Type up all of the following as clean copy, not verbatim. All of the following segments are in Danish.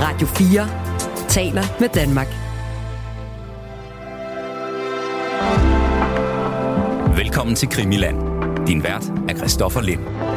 Radio 4 taler med Danmark. Velkommen til Krimiland. Din vært er Christoffer Lind.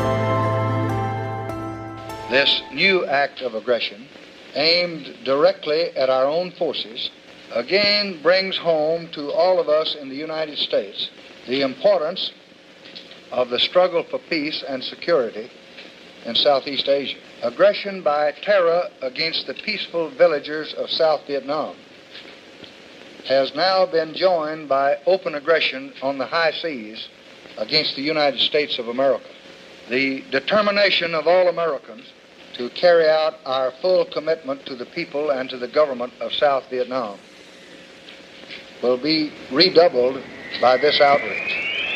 This new act of aggression, aimed directly at our own forces, again brings home to all of us in the United States the importance of the struggle for peace and security in Southeast Asia. Aggression by terror against the peaceful villagers of South Vietnam has now been joined by open aggression on the high seas against the United States of America. The determination of all Americans to carry out our full commitment to the people and to the government of South Vietnam will be redoubled by this outrage.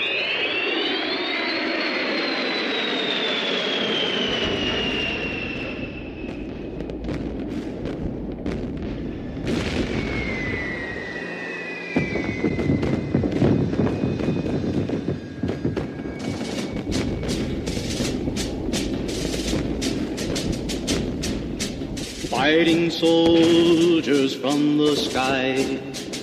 Fighting soldiers from the sky,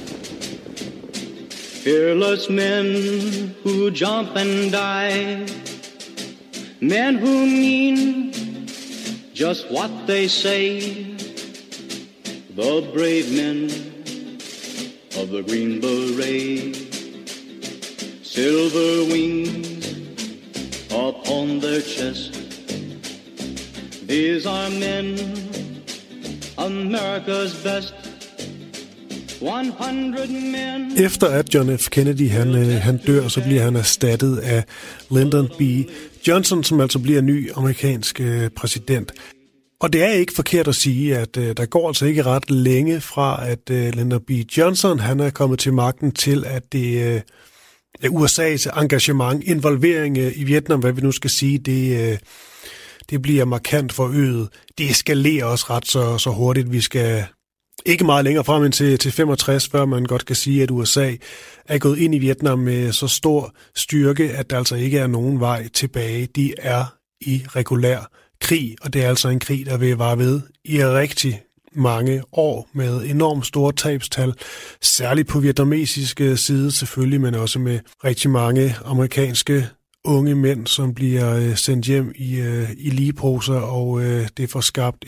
fearless men who jump and die, men who mean just what they say, the brave men of the Green Beret, silver wings upon their chest. These are men, America's best. 100 men. Efter at John F. Kennedy han dør, så bliver han erstattet af Lyndon B. Johnson, som altså bliver ny amerikansk præsident. Og det er ikke forkert at sige, at der går altså ikke ret længe fra, at Lyndon B. Johnson han er kommet til magten til, at det USA's engagement, involvering i Vietnam, hvad vi nu skal sige, det bliver markant forøget. Det eskalerer også ret så hurtigt. Vi skal ikke meget længere frem end til 65, før man godt kan sige, at USA er gået ind i Vietnam med så stor styrke, at der altså ikke er nogen vej tilbage. De er i regulær krig, og det er altså en krig, der vil vare ved i rigtig mange år med enormt store tabstal, særligt på vietnamesisk side selvfølgelig, men også med rigtig mange amerikanske unge mænd, som bliver sendt hjem i ligeposer, og det får skabt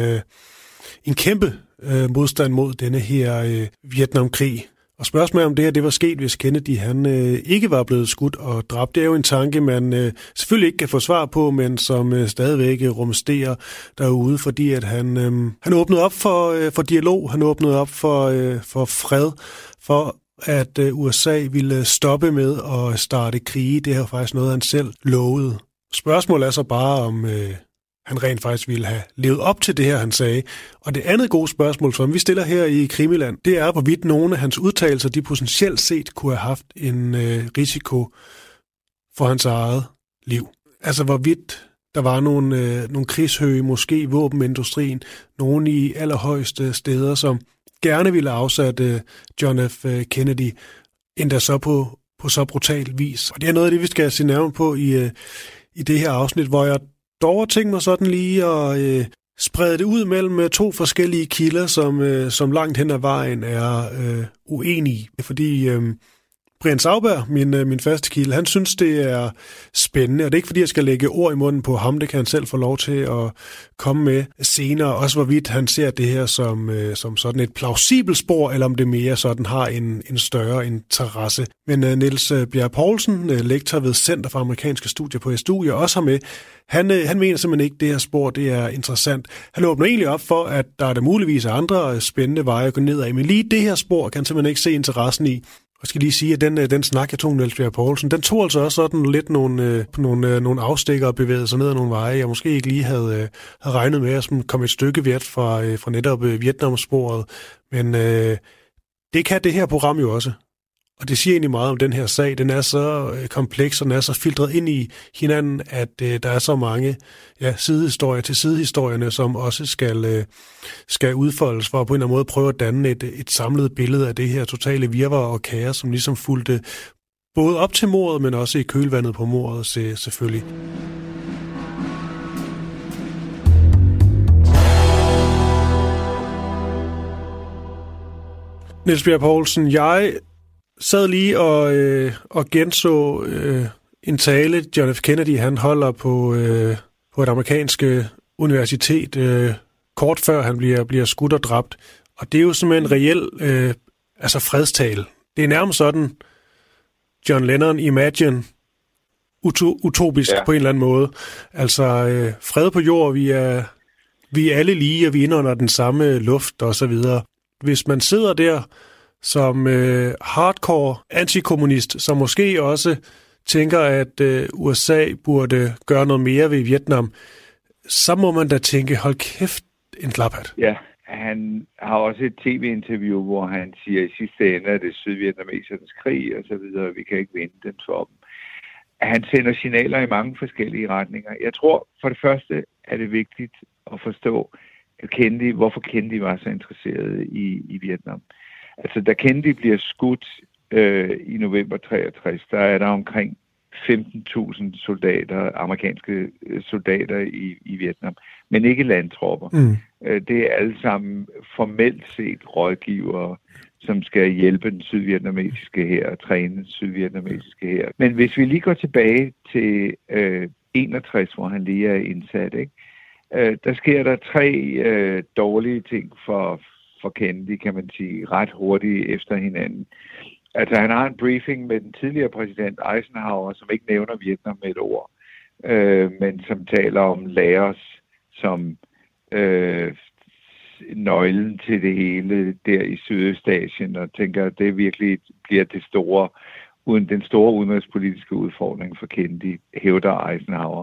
en kæmpe modstand mod denne her Vietnamkrig. Og spørgsmålet om det her, det var sket, hvis Kennedy han ikke var blevet skudt og dræbt. Det er jo en tanke, man selvfølgelig ikke kan få svar på, men som stadigvæk rumsterer derude, fordi at han åbnede op for dialog, han åbnede op for fred, for at USA ville stoppe med at starte krige. Det er faktisk noget, han selv lovede. Spørgsmålet er så bare, om han rent faktisk ville have levet op til det her, han sagde. Og det andet gode spørgsmål, som vi stiller her i Krimiland, det er, hvorvidt nogle af hans udtalelser, de potentielt set kunne have haft en risiko for hans eget liv. Altså hvorvidt der var nogle krigshøge, måske våbenindustrien, nogle i allerhøjeste steder, som gerne ville afsætte John F. Kennedy, endda så på så brutal vis. Og det er noget af det, vi skal se nærmere på i det her afsnit, hvor jeg dog tænker mig sådan lige at sprede det ud mellem to forskellige kilder, som langt hen ad vejen er uenige. Fordi Brian Sauberg, min faste kilde, han synes, det er spændende, og det er ikke, fordi jeg skal lægge ord i munden på ham, det kan han selv få lov til at komme med senere, også hvorvidt han ser det her som sådan et plausibelt spor, eller om det mere sådan har en større interesse. Men Niels Bjerg Poulsen, lektor ved Center for Amerikanske Studier på SDU, jeg også har med, han mener simpelthen ikke, det her spor det er interessant. Han åbner egentlig op for, at der er der muligvis andre spændende veje at gå ned af, men lige det her spor kan han simpelthen ikke se interessen i. Jeg skal lige sige, at den snak, jeg tog med Niels Bjerg Poulsen, den tog altså også sådan lidt nogle afstikker og bevægede sig ned ad nogle veje, jeg måske ikke lige havde regnet med, at komme et stykke vært fra netop Vietnamsporet. Men det kan det her program jo også. Og det siger egentlig meget om den her sag. Den er så kompleks, og den er så filtreret ind i hinanden, at der er så mange sidehistorier til sidehistorierne, som også skal udfoldes for at på en eller anden måde prøve at danne et samlet billede af det her totale virvar og kaos, som ligesom fulgte både op til mordet, men også i kølvandet på mordet selvfølgelig. Niels Bjerg Poulsen, jeg sad lige og genså en tale, John F. Kennedy han holder på et amerikansk universitet kort før han bliver skudt og dræbt. Og det er jo simpelthen en reel fredstale. Det er nærmest sådan John Lennon Imagine utopisk på en eller anden måde. Altså fred på jord, vi er alle lige, og vi indånder den samme luft og så videre. Hvis man sidder der som hardcore antikommunist, som måske også tænker, at USA burde gøre noget mere ved Vietnam, så må man da tænke, hold kæft, en klaphat. Ja, han har også et tv-interview, hvor han siger, i sidste ende er det sydvietnamesernes krig og så videre, vi kan ikke vinde den for dem. Han sender signaler i mange forskellige retninger. Jeg tror, for det første er det vigtigt at forstå, hvorfor Kennedy var så interesseret i Vietnam. Altså, da Kennedy bliver skudt i november 63, der er der omkring 15.000 soldater, amerikanske soldater i Vietnam, men ikke landtropper. Det er alle sammen formelt set rådgivere, som skal hjælpe den sydvietnamesiske hær og træne den sydvietnamesiske hær. Men hvis vi lige går tilbage til 61, hvor han lige er indsat, ikke? Der sker der 3 dårlige ting for Kennedy, kan man sige, ret hurtigt efter hinanden. Altså, han har en briefing med den tidligere præsident Eisenhower, som ikke nævner Vietnam med et ord, men som taler om Laos som nøglen til det hele der i Sydøstasien, og tænker, at det virkelig bliver den store udenrigspolitiske udfordring for Kennedy, hævder Eisenhower.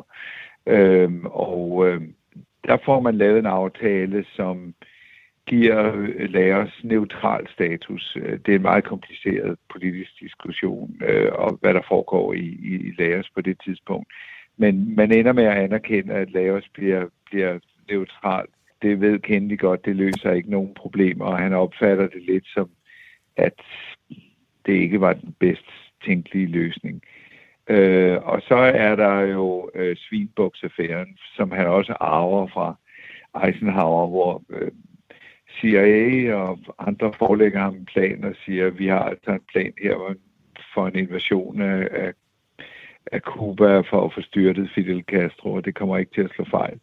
Der får man lavet en aftale, som giver Laos neutral status. Det er en meget kompliceret politisk diskussion om, hvad der foregår i Laos på det tidspunkt. Men man ender med at anerkende, at Laos bliver neutralt. Det ved Kennedy godt, det løser ikke nogen problemer, og han opfatter det lidt som, at det ikke var den bedst tænkelige løsning. Og så er der jo Svinbuksaffæren, som han også arver fra Eisenhower, hvor CIA og andre forelægger ham en plan og siger, at vi har altså en plan her for en invasion af Cuba for at få styrtet Fidel Castro, og det kommer ikke til at slå fejl.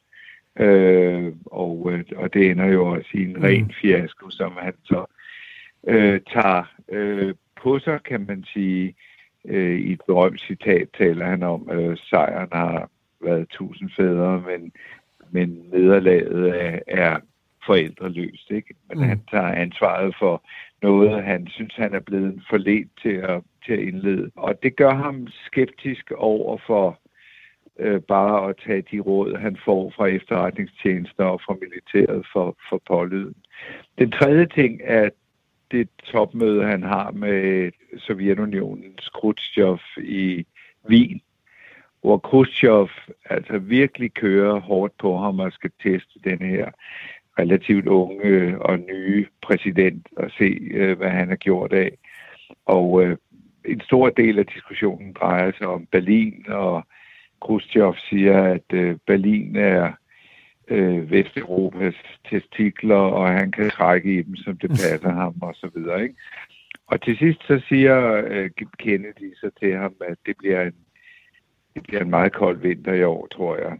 Og det ender jo også i en ren fiasko, som han så tager på sig, kan man sige. I et berømt citat taler han om, at sejren har været 1000 fædre, men nederlaget er forældreløst, ikke? Men han tager ansvaret for noget, han synes, han er blevet forledt til at indlede. Og det gør ham skeptisk over for bare at tage de råd, han får fra efterretningstjenester og fra militæret for pålyden. Den tredje ting er det topmøde, han har med Sovjetunionens Khrushchev i Wien, hvor Khrushchev altså virkelig kører hårdt på ham og skal teste den her relativt unge og nye præsident og se, hvad han har gjort af. Og en stor del af diskussionen drejer sig om Berlin, og Khrushchev siger, at Berlin er Vesteuropas testikler, og han kan trække i dem, som det passer ham, og så videre, ikke? Og til sidst så siger Kennedy så til ham, at det bliver en meget kold vinter i år, tror jeg.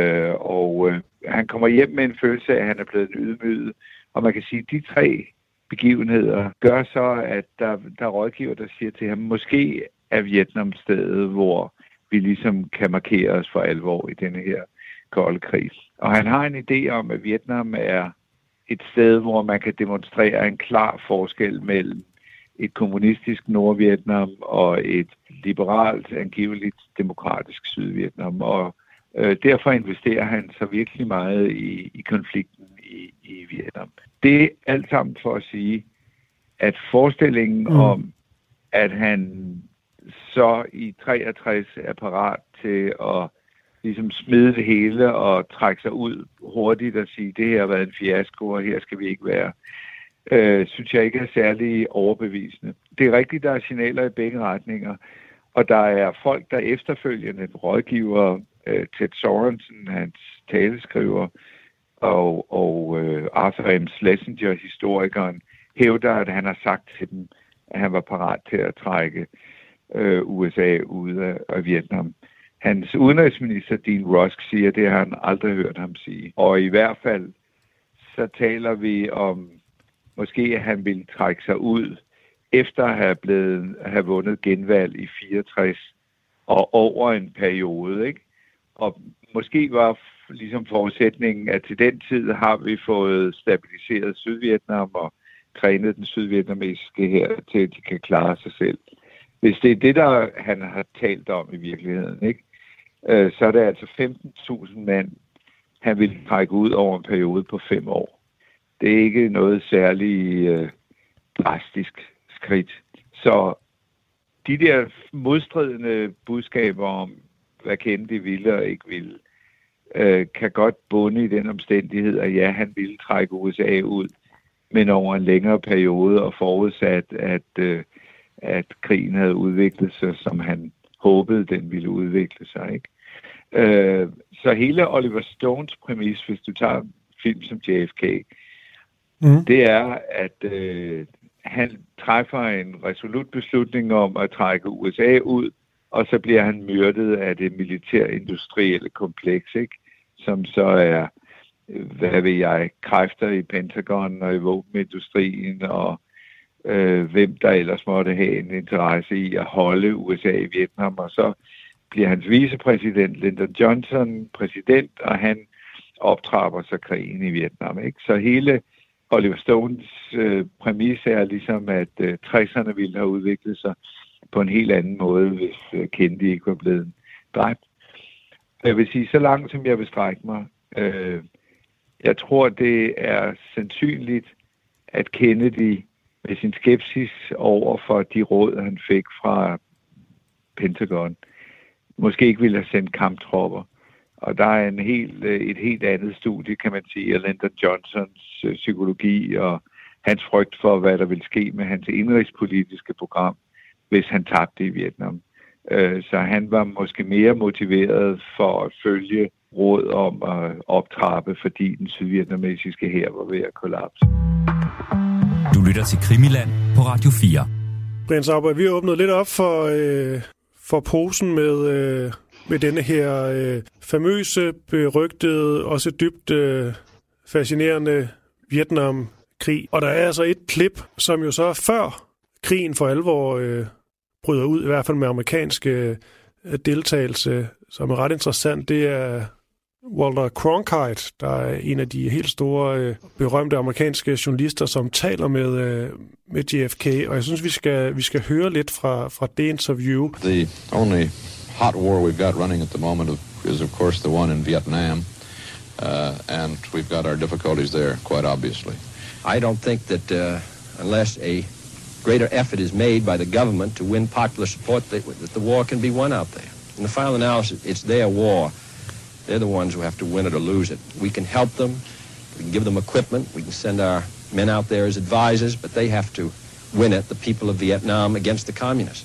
Han kommer hjem med en følelse af, at han er blevet ydmyget. Og man kan sige, at de 3 begivenheder gør så, at der er rådgiver, der siger til ham, måske er Vietnam stedet, hvor vi ligesom kan markere os for alvor i denne her kolde krig. Og han har en idé om, at Vietnam er et sted, hvor man kan demonstrere en klar forskel mellem et kommunistisk Nordvietnam og et liberalt, angiveligt demokratisk Sydvietnam. Og derfor investerer han så virkelig meget i konflikten i Vietnam. Det er alt sammen for at sige, at forestillingen om, at han så i 63 er parat til at ligesom smide det hele og trække sig ud hurtigt og sige, det her har været en fiasko, og her skal vi ikke være, synes jeg ikke er særlig overbevisende. Det er rigtigt, der er signaler i begge retninger, og der er folk, der efterfølgende rådgiver, Ted Sorensen, hans taleskriver, og Arthur M. Schlesinger, historikeren, hævder, at han har sagt til dem, at han var parat til at trække USA ud af Vietnam. Hans udenrigsminister, Dean Rusk, siger, det har han aldrig hørt ham sige. Og i hvert fald, så taler vi om, måske at han ville trække sig ud, efter at have vundet genvalg i 64, og over en periode, ikke? Og måske var ligesom forudsætningen, at til den tid har vi fået stabiliseret Sydvietnam og trænet den sydvietnamesiske her til, at de kan klare sig selv. Hvis det er det, der han har talt om i virkeligheden, ikke? Så er det altså 15.000 mand, han vil trække ud over en periode på 5 år. Det er ikke noget særligt drastisk skridt. Så de der modstridende budskaber om, hvad Kennedy ville og ikke ville, kan godt bunde i den omstændighed, at ja, han ville trække USA ud, men over en længere periode og forudsat, at krigen havde udviklet sig, som han håbede, den ville udvikle sig, ikke? Så hele Oliver Stones præmis, hvis du tager film som JFK, det er, at han træffer en resolut beslutning om at trække USA ud, og så bliver han myrdet af det militærindustrielle kompleks, ikke? Som så er, hvad ved jeg, kræfter i Pentagon og i våbenindustrien, og hvem der ellers måtte have en interesse i at holde USA i Vietnam, og så bliver hans vicepræsident Lyndon Johnson præsident, og han optrapper så krigen i Vietnam, ikke? Så hele Oliver Stones præmis er ligesom, at 60'erne ville have udviklet sig på en helt anden måde, hvis Kennedy ikke var blevet dræbt. Jeg vil sige, så langt som jeg vil strække mig, jeg tror, det er sandsynligt, at Kennedy med sin skepsis over for de råd, han fik fra Pentagon, måske ikke ville have sendt kamptropper. Og der er et helt andet studie, kan man sige, af Lyndon Johnsons psykologi og hans frygt for, hvad der ville ske med hans indrigspolitiske program, hvis han tabte i Vietnam. Så han var måske mere motiveret for at følge råd om at optrappe, fordi den sydvietnamesiske hær var ved at kollapse. Du lytter til Krimiland på Radio 4. Brian Sauber, vi har åbnet lidt op for posen med denne her famøse, berygtede, også dybt fascinerende Vietnamkrig. Og der er altså et klip, som jo så før krigen for alvor bryder ud, i hvert fald med amerikanske deltagelse, som er ret interessant. Det er Walter Cronkite, der er en af de helt store, berømte amerikanske journalister, som taler med JFK. Og jeg synes, vi skal høre lidt fra det interview. The only hot war we've got running at the moment is, of course, the one in Vietnam. And we've got our difficulties there, quite obviously. I don't think that unless a greater effort is made by the government to win popular support, that the war can be won out there. In the final analysis, it's their war. They're the ones who have to win it or lose it. We can help them. We can give them equipment. We can send our men out there as advisors, but they have to win it, the people of Vietnam, against the communists.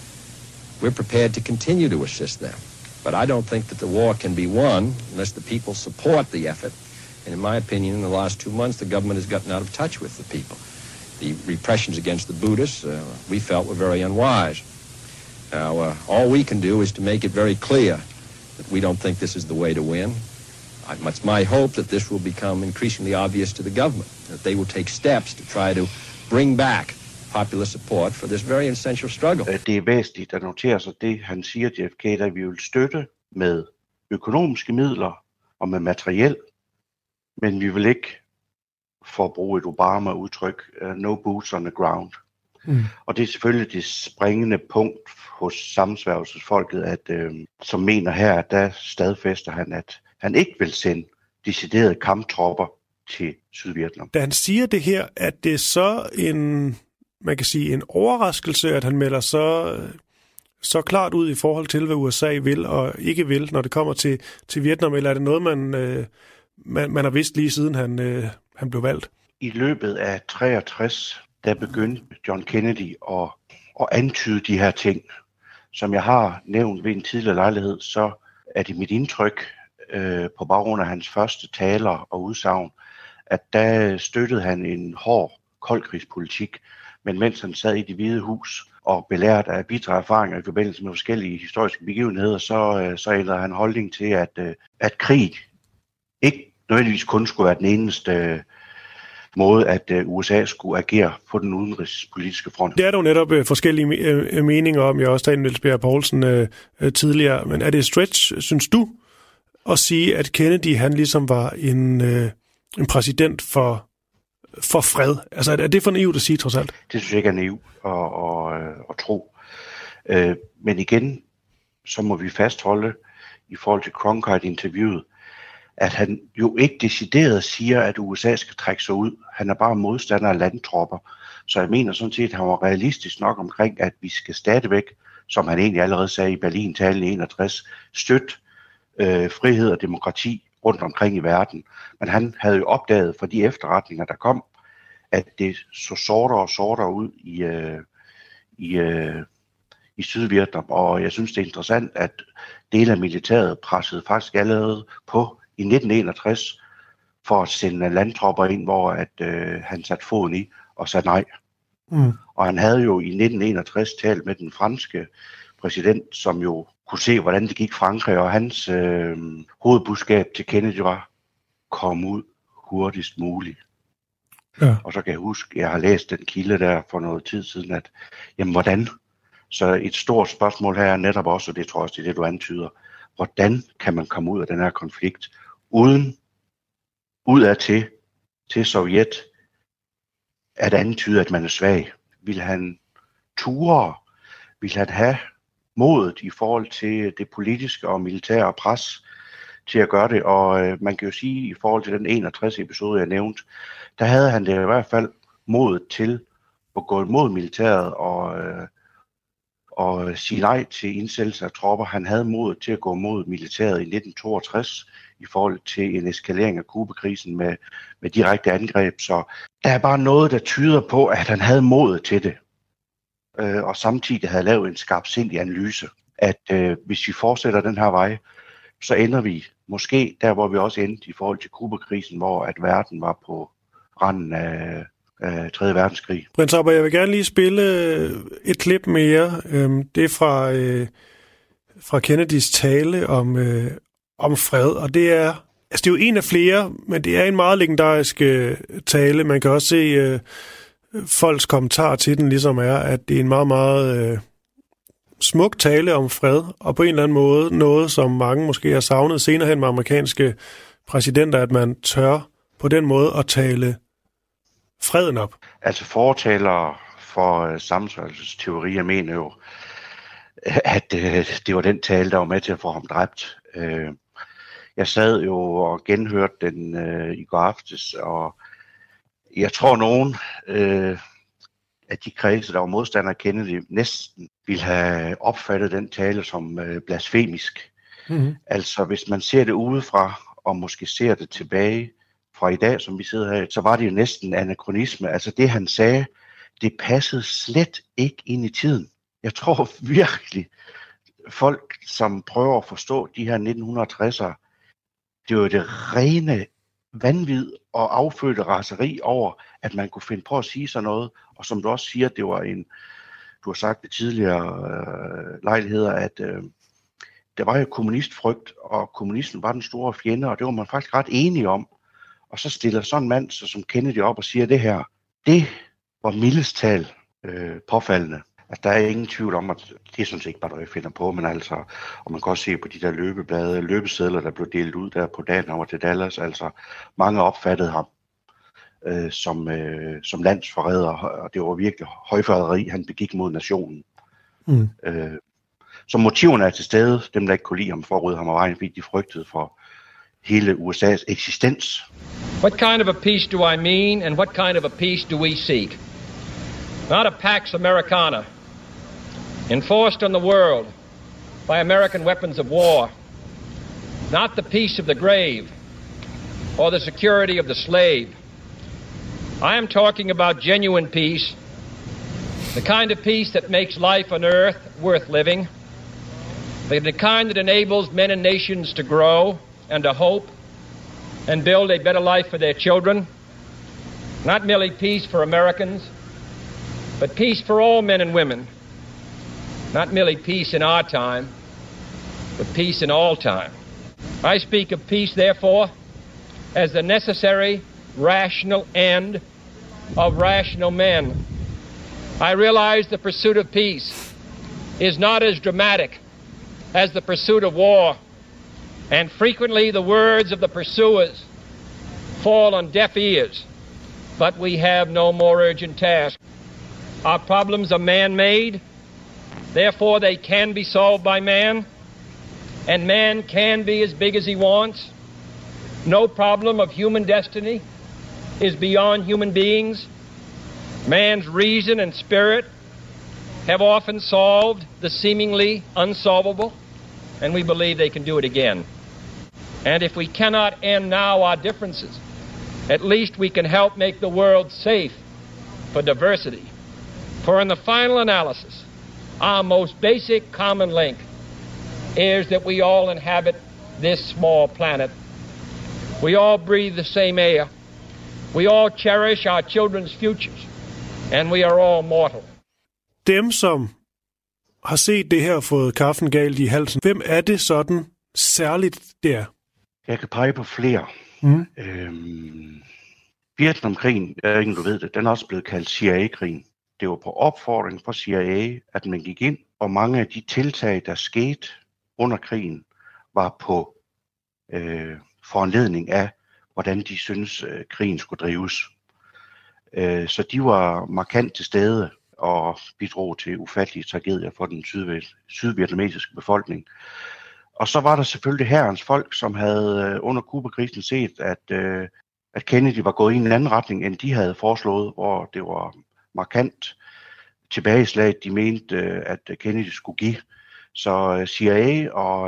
We're prepared to continue to assist them. But I don't think that the war can be won unless the people support the effort. And in my opinion, in the last 2 months, the government has gotten out of touch with the people. The repressions against the Buddhists, we felt were very unwise. Now, all we can do is to make it very clear that we don't think this is the way to win. It's my hope that this will become increasingly obvious to the government, that they will take steps to try to bring back popular support for this very essential struggle. Det er væsentligt at notere sig det, han siger, JFK, at vi vil støtte med økonomiske midler og med materiel, men vi vil ikke, for at bruge et Obama-udtryk, no boots on the ground. Og det er selvfølgelig det springende punkt hos sammensværgelsesfolket, at som mener her, at der stadfæster han, at han ikke vil sende deciderede kamptropper til Sydvietnam. Da han siger det her, at det er så man kan sige, en overraskelse, at han melder så klart ud i forhold til, hvad USA vil og ikke vil, når det kommer til Vietnam, eller er det noget, man har vidst lige siden han blev valgt? I løbet af 63, der begyndte John Kennedy at antyde de her ting. Som jeg har nævnt ved en tidligere lejlighed, så er det mit indtryk på baggrund af hans første taler og udsagn, at der støttede han en hård koldkrigspolitik. Men mens han sad i Det Hvide Hus og belært af bitre erfaringer i forbindelse med forskellige historiske begivenheder, så ændrede han holdning til, at krig ikke nødvendigvis kun skulle være den eneste måde, at USA skulle agere på den udenrigspolitiske front. Det er jo netop forskellige meninger om. Jeg har også talt med Niels Bjerre Poulsen tidligere. Men er det stretch, synes du, at sige, at Kennedy han ligesom var en præsident for fred? Altså er det for naivt at sige, trods alt? Det synes jeg ikke er naivt at tro. Men igen, så må vi fastholde i forhold til Cronkite-interviewet, at han jo ikke decideret siger, at USA skal trække sig ud. Han er bare modstander af landtropper. Så jeg mener sådan set, at han var realistisk nok omkring, at vi skal stadigvæk, som han egentlig allerede sagde i Berlin-talen i 61, støtte frihed og demokrati rundt omkring i verden. Men han havde jo opdaget fra de efterretninger, der kom, at det så sortere ud i Sydvietnam. Og jeg synes, det er interessant, at dele af militæret pressede faktisk allerede på i 1961 for at sende landtropper ind, hvor han satte foden i og sagde nej. Mm. Og han havde jo i 1961 talt med den franske præsident, som jo kunne se, hvordan det gik Frankrig, og hans hovedbudskab til Kennedy var, kom ud hurtigst muligt. Ja. Og så kan jeg huske, jeg har læst den kilde der for noget tid siden, at jamen hvordan? Så et stort spørgsmål her er netop også, og det tror jeg også, det er det, du antyder, hvordan kan man komme ud af den her konflikt, uden udad til Sovjet, at antyde, at man er svag? Vil han ture? Vil han have modet i forhold til det politiske og militære pres til at gøre det? Og man kan jo sige, i forhold til den 61 episode, jeg nævnte, der havde han det i hvert fald modet til at gå imod militæret og sige nej til indsættelse af tropper. Han havde modet til at gå mod militæret i 1962 i forhold til en eskalering af Kubakrisen med direkte angreb. Så der er bare noget, der tyder på, at han havde modet til det. Og samtidig havde lavet en skarpsindig analyse, at hvis vi fortsætter den her vej, så ender vi måske der, hvor vi også endte i forhold til Kubakrisen, hvor at verden var på randen af 3. verdenskrig. Prins Abba, jeg vil gerne lige spille et klip mere. Det er fra Kennedys tale om fred, og det er det er jo en af flere, men det er en meget legendarisk tale. Man kan også se folks kommentar til den ligesom er, at det er en meget, meget smuk tale om fred, og på en eller anden måde noget, som mange måske har savnet senere hen med amerikanske præsidenter, at man tør på den måde at tale freden op. Altså fortalere for sammensværgelsesteorier mener jo, at det var den tale, der var med til at få ham dræbt. Jeg sad jo og genhørte den i går aftes, og jeg tror nogen af de kredse, der var modstandere af Kennedy, næsten ville have opfattet den tale som blasfemisk. Mm-hmm. Altså hvis man ser det udefra, og måske ser det tilbage fra i dag, som vi sidder her, så var det jo næsten anakronisme. Altså det han sagde, det passede slet ikke ind i tiden. Jeg tror virkelig, folk som prøver at forstå de her 1960'ere, det var det rene vanvid og affødte raseri over, at man kunne finde på at sige sådan noget. Og som du også siger, det var du har sagt det tidligere lejligheder, at der var jo kommunistfrygt, og kommunisten var den store fjende, og det var man faktisk ret enige om. Og så stiller sådan en mand som Kennedy op og siger det her. Det var mildest talt påfaldende. Altså, der er ingen tvivl om, at det er sådan set ikke bare noget, jeg finder på, men altså, og man kan også se på de der løbesedler, der blev delt ud der på dagen over til Dallas, altså mange opfattede ham som landsforræder, og det var virkelig højforræderi, han begik mod nationen. Mm. Så motiverne er til stede, dem der ikke kunne lide ham for at rydde ham af vejen, fordi de frygtede for hele USA's eksistens. What kind of a peace do I mean, and what kind of a peace do we seek? Not a Pax Americana, enforced on the world by American weapons of war. Not the peace of the grave or the security of the slave. I am talking about genuine peace, the kind of peace that makes life on earth worth living, the kind that enables men and nations to grow and to hope and build a better life for their children, Not merely peace for Americans, but peace for all men and women. Not merely peace in our time, but peace in all time. I speak of peace, therefore, as the necessary, rational end of rational men. I realize the pursuit of peace is not as dramatic as the pursuit of war, and frequently the words of the pursuers fall on deaf ears. But we have no more urgent task. Our problems are man-made, therefore they can be solved by man, and man can be as big as he wants. No problem of human destiny is beyond human beings. Man's reason and spirit have often solved the seemingly unsolvable, and we believe they can do it again. And if we cannot end now our differences, at least we can help make the world safe for diversity. For in the final analysis, our most basic common link is that we all inhabit this small planet. We all breathe the same air. We all cherish our children's futures. And we are all mortal. Dem, som har set det her og fået kaffen galt i halsen, hvem er det sådan særligt der? Jeg kan pege på flere. Vietnamkrigen, jeg ikke, du ved det, den er også blevet kaldt CIA-krigen. Det var på opfordring fra CIA, at man gik ind, og mange af de tiltag, der skete under krigen, var på foranledning af, hvordan de synes, krigen skulle drives. Så de var markant til stede og bidrog til ufattelige tragedier for den sydvietnamesiske befolkning. Og så var der selvfølgelig hærens folk, som havde under Cuba-krisen set, at Kennedy var gået i en anden retning, end de havde foreslået, hvor det var markant tilbageslag, de mente, at Kennedy skulle give. Så CIA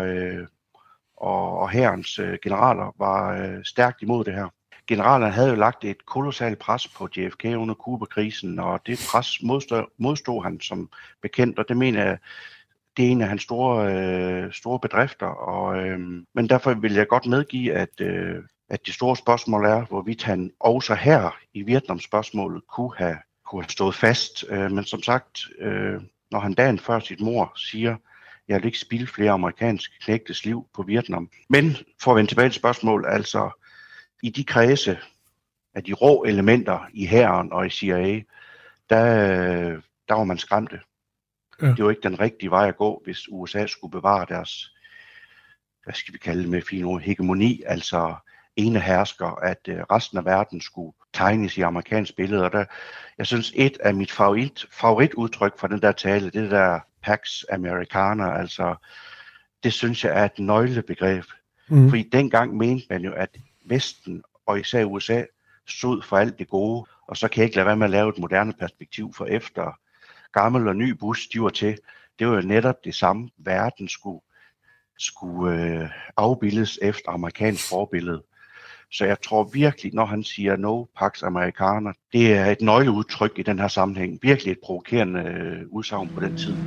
og hærens generaler var stærkt imod det her. Generalerne havde jo lagt et kolossalt pres på JFK under Cuba-krisen, og det pres modstod han som bekendt, og det mener jeg, det er en af hans store bedrifter. Men derfor vil jeg godt medgive, at det store spørgsmål er, hvorvidt han også her i Vietnam-spørgsmålet kunne have stået fast. Men som sagt, når han dagen før sit mord siger, jeg vil ikke spilde flere amerikanske knægtes liv på Vietnam. Men for at vende tilbage til spørgsmål, altså i de kredse af de rå elementer i hæren og i CIA, der var man skræmte. Ja. Det var ikke den rigtige vej at gå, hvis USA skulle bevare deres, hvad skal vi kalde det med fine ord, hegemoni, altså ene hersker, at resten af verden skulle tegnes i amerikansk billede. Og der, jeg synes, et af mit favoritudtryk fra den der tale, det der Pax Americana, altså det synes jeg er et nøglebegreb. Fordi dengang mente man jo, at Vesten og især USA stod for alt det gode, og så kan jeg ikke lade være med at lave et moderne perspektiv for efter gammel og ny bus, de var til. Det var jo netop det samme, verden skulle afbildes efter amerikansk forbillede. Så jeg tror virkelig, når han siger no Pax Americana, det er et nøgleudtryk i den her sammenhæng. Virkelig et provokerende udsagn på den tid.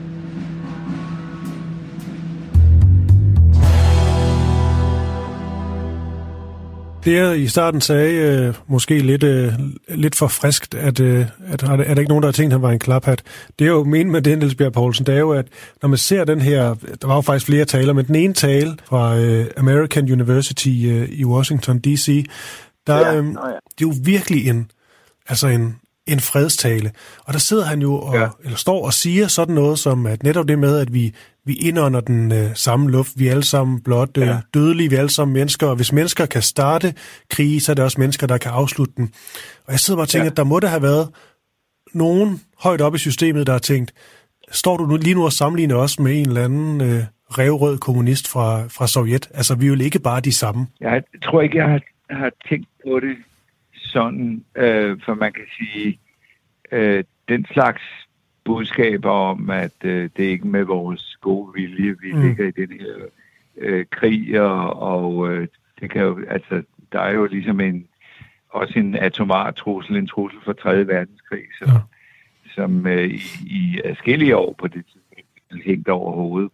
Det jeg i starten sagde, måske lidt for friskt, at er der ikke nogen, der har tænkt, at han var en klaphat. Det er jo meningen med det, Niels Bjerg Poulsen, det er jo, at når man ser den her, der var jo faktisk flere taler, men den ene tale fra American University i Washington D.C., det er jo virkelig en fredstale. Og der sidder han jo eller står og siger sådan noget som, at netop det med, at vi indånder den samme luft, vi er alle sammen blot dødelige, vi er alle sammen mennesker, og hvis mennesker kan starte krige, så er det også mennesker, der kan afslutte den. Og jeg sidder bare og tænker, at der må der have været nogen højt oppe i systemet, der har tænkt, står du nu lige nu og sammenligner os med en eller anden rævrød kommunist fra Sovjet? Altså, vi er jo ikke bare de samme. Jeg tror ikke, jeg har tænkt på det sådan, for man kan sige, den slags budskaber om, at det er ikke med vores gode vilje, vi ligger i den her krig, og det kan jo, altså, der er jo ligesom også en atomar trussel, en trussel for 3. verdenskrig, som i adskillige år på det tidspunkt hængt over hovedet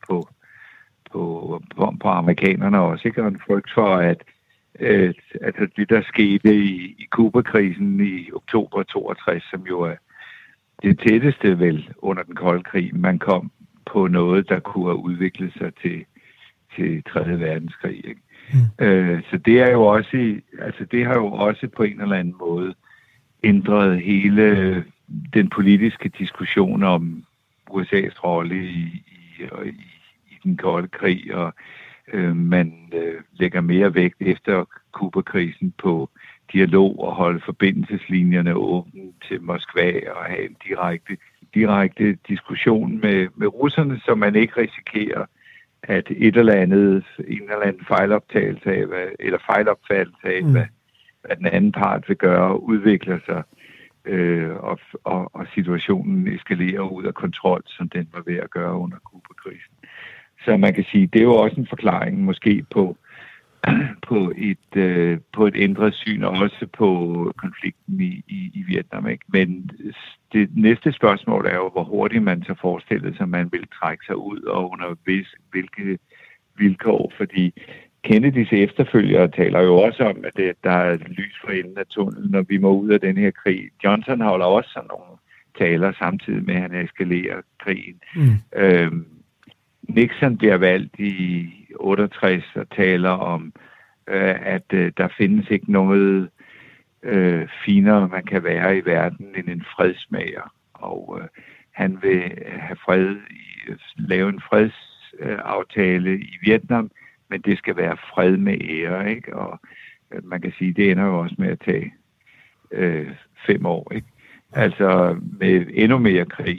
på amerikanerne, og sikkert en frygt for, at det, der skete i Kuba-krisen i oktober 62, som jo er det tætteste vel under den kolde krig, man kom på noget, der kunne have udviklet sig til 3. verdenskrig. Ikke? Så det er jo også, det har jo også på en eller anden måde ændret hele den politiske diskussion om USA's rolle i den kolde krig, og man lægger mere vægt efter Kuba-krisen på dialog og holde forbindelseslinjerne åbne til Moskva og have en direkte diskussion med russerne, så man ikke risikerer, at en eller anden fejlopfattelse af, hvad den anden part vil gøre, udvikler sig, og situationen eskalerer ud af kontrol, som den var ved at gøre under Kuba-krisen. Så man kan sige, det er jo også en forklaring måske på et ændret syn, og også på konflikten i Vietnam. Ikke? Men det næste spørgsmål er jo, hvor hurtigt man så forestiller sig, at man vil trække sig ud, og under hvilke vilkår, fordi Kennedys efterfølgere taler jo også om, at der er lys for enden af tunnelen, når vi må ud af den her krig. Johnson holder også sådan nogle taler samtidig med, at han eskalerer krigen. Nixon bliver valgt i 68 og taler om, at der findes ikke noget finere, man kan være i verden end en fredsmager. Og han vil have lave en fredsaftale i Vietnam, men det skal være fred med ære, ikke? Og man kan sige, det ender jo også med at tage 5 år, ikke? Altså med endnu mere krig.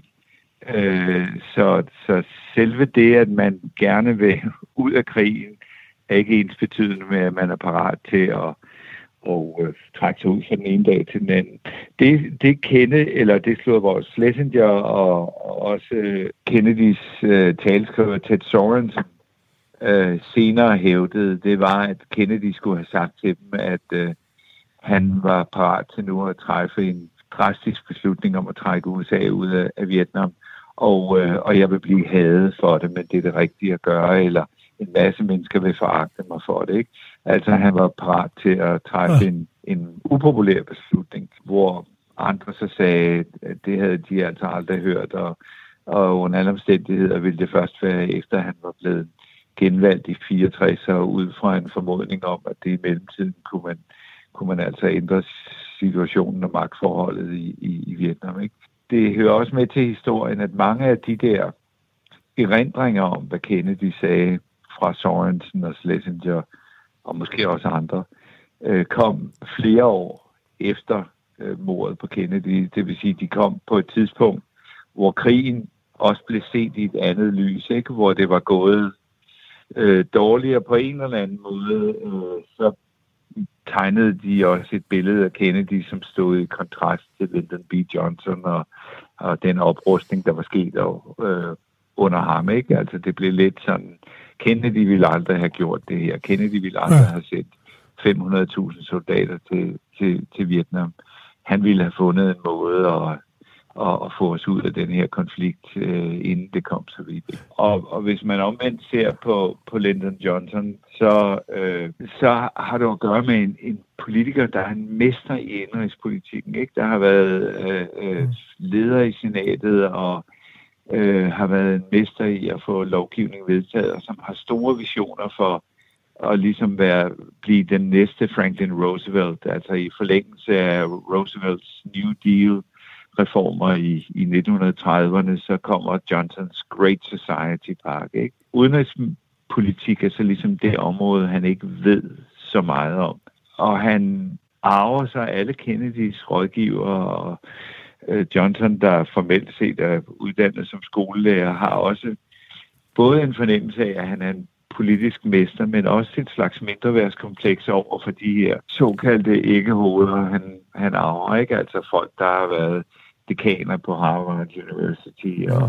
Så selve det, at man gerne vil ud af krigen, er ikke ensbetydende med, at man er parat til at trække sig ud fra den ene dag til den anden. Det slog vores Schlesinger og også Kennedys talskriver Ted Sorensen senere hævdede, det var, at Kennedy skulle have sagt til dem, at han var parat til nu at træffe en drastisk beslutning om at trække USA ud af Vietnam, og jeg vil blive hadet for det, men det er det rigtige at gøre, eller en masse mennesker vil foragte mig for det, ikke? Altså han var parat til at træffe en upopulær beslutning, hvor andre så sagde, at det havde de altså aldrig hørt, og under alle omstændigheder ville det først være efter, han var blevet genvalgt i 64, og ud fra en formodning om, at det i mellemtiden kunne man altså ændre situationen og magtforholdet i Vietnam, ikke? Det hører også med til historien, at mange af de der erindringer om, hvad Kennedy sagde fra Sorensen og Schlesinger, og måske også andre, kom flere år efter mordet på Kennedy. Det vil sige, de kom på et tidspunkt, hvor krigen også blev set i et andet lys, ikke? Hvor det var gået dårligere på en eller anden måde, så tegnede de også et billede af Kennedy, som stod i kontrast til Lyndon B. Johnson og den oprustning, der var sket under ham, ikke? Altså det blev lidt sådan, Kennedy ville aldrig have gjort det her. Kennedy ville aldrig have sendt 500.000 soldater til Vietnam. Han ville have fundet en måde at få os ud af den her konflikt, inden det kom så vidt. Og hvis man omvendt ser på Lyndon Johnson, så har det at gøre med en politiker, der er en mester i indrigspolitikken, ikke? Der har været leder i senatet og har været en mester i at få lovgivning vedtaget, og som har store visioner for at ligesom blive den næste Franklin Roosevelt, altså i forlængelse af Roosevelts New Deal reformer i 1930'erne, så kommer Johnsons Great Society Park, ikke? Udenrigspolitik er så ligesom det område, han ikke ved så meget om. Og han arver sig alle Kennedys rådgivere, og Johnson, der formelt set er uddannet som skolelærer, har også både en fornemmelse af, at han er en politisk mester, men også et slags mindreværdskompleks over for de her såkaldte ikke-hoveder, han arver, ikke? Altså folk, der har været dekaner på Harvard University og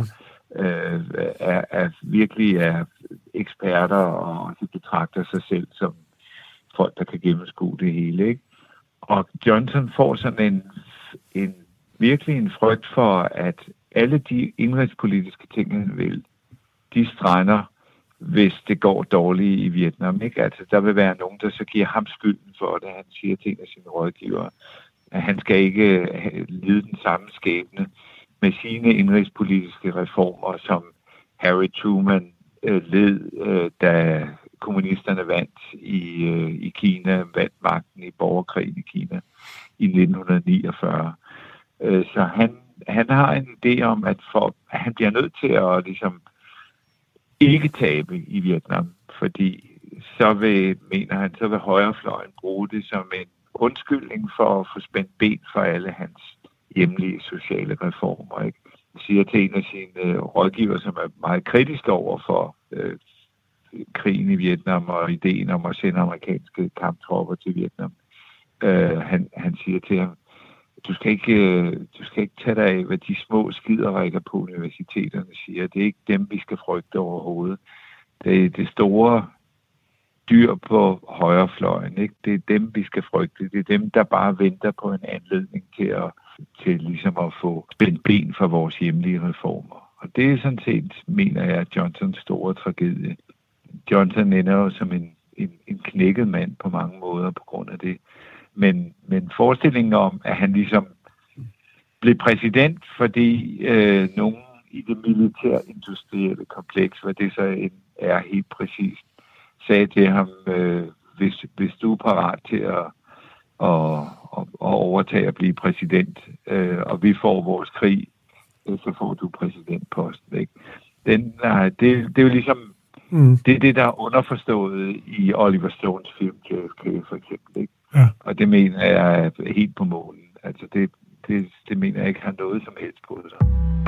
virkelig er eksperter og også betragter sig selv som folk, der kan gennemskue det hele, ikke? Og Johnson får sådan virkelig en frygt for, at alle de indrigspolitiske ting, han vil, de strander hvis det går dårligt i Vietnam. Ikke? Altså, der vil være nogen, der så giver ham skylden for det. Han siger til en af sine rådgivere, at han skal ikke lide den samme skæbne med sine indrigspolitiske reformer, som Harry Truman led, da kommunisterne vandt i Kina, vandt magten i borgerkrigen i Kina i 1949. Så han har en idé om, at han bliver nødt til at ligesom ikke tabe i Vietnam, fordi så vil højrefløjen bruge det som en undskyldning for at få spændt ben for alle hans hjemlige sociale reformer. Ikke? Han siger til en af sine rådgiver, som er meget kritisk over for krigen i Vietnam og ideen om at sende amerikanske kamptropper til Vietnam. Han siger til ham, du skal ikke tage dig af, hvad de små skiderikker på universiteterne siger. Det er ikke dem, vi skal frygte overhovedet. Det er det store dyr på højrefløjen. Ikke? Det er dem, vi skal frygte. Det er dem, der bare venter på en anledning til ligesom at få spændt ben for vores hjemlige reformer. Og det er sådan set, mener jeg, Johnsons store tragedie. Johnson ender jo som en knækket mand på mange måder på grund af det. Men forestillingen om, at han ligesom blev præsident, fordi nogen i det militærindustrielle kompleks, hvad det så er helt præcist, sagde til ham, hvis du er parat til at overtage at blive præsident, og vi får vores krig, så får du præsidentposten. Ikke? Det er jo ligesom det er det, der er underforstået i Oliver Stones film JFK, for eksempel. Ikke? Ja. Og det mener jeg er helt på målen. Altså det mener jeg ikke har noget som helst på sig.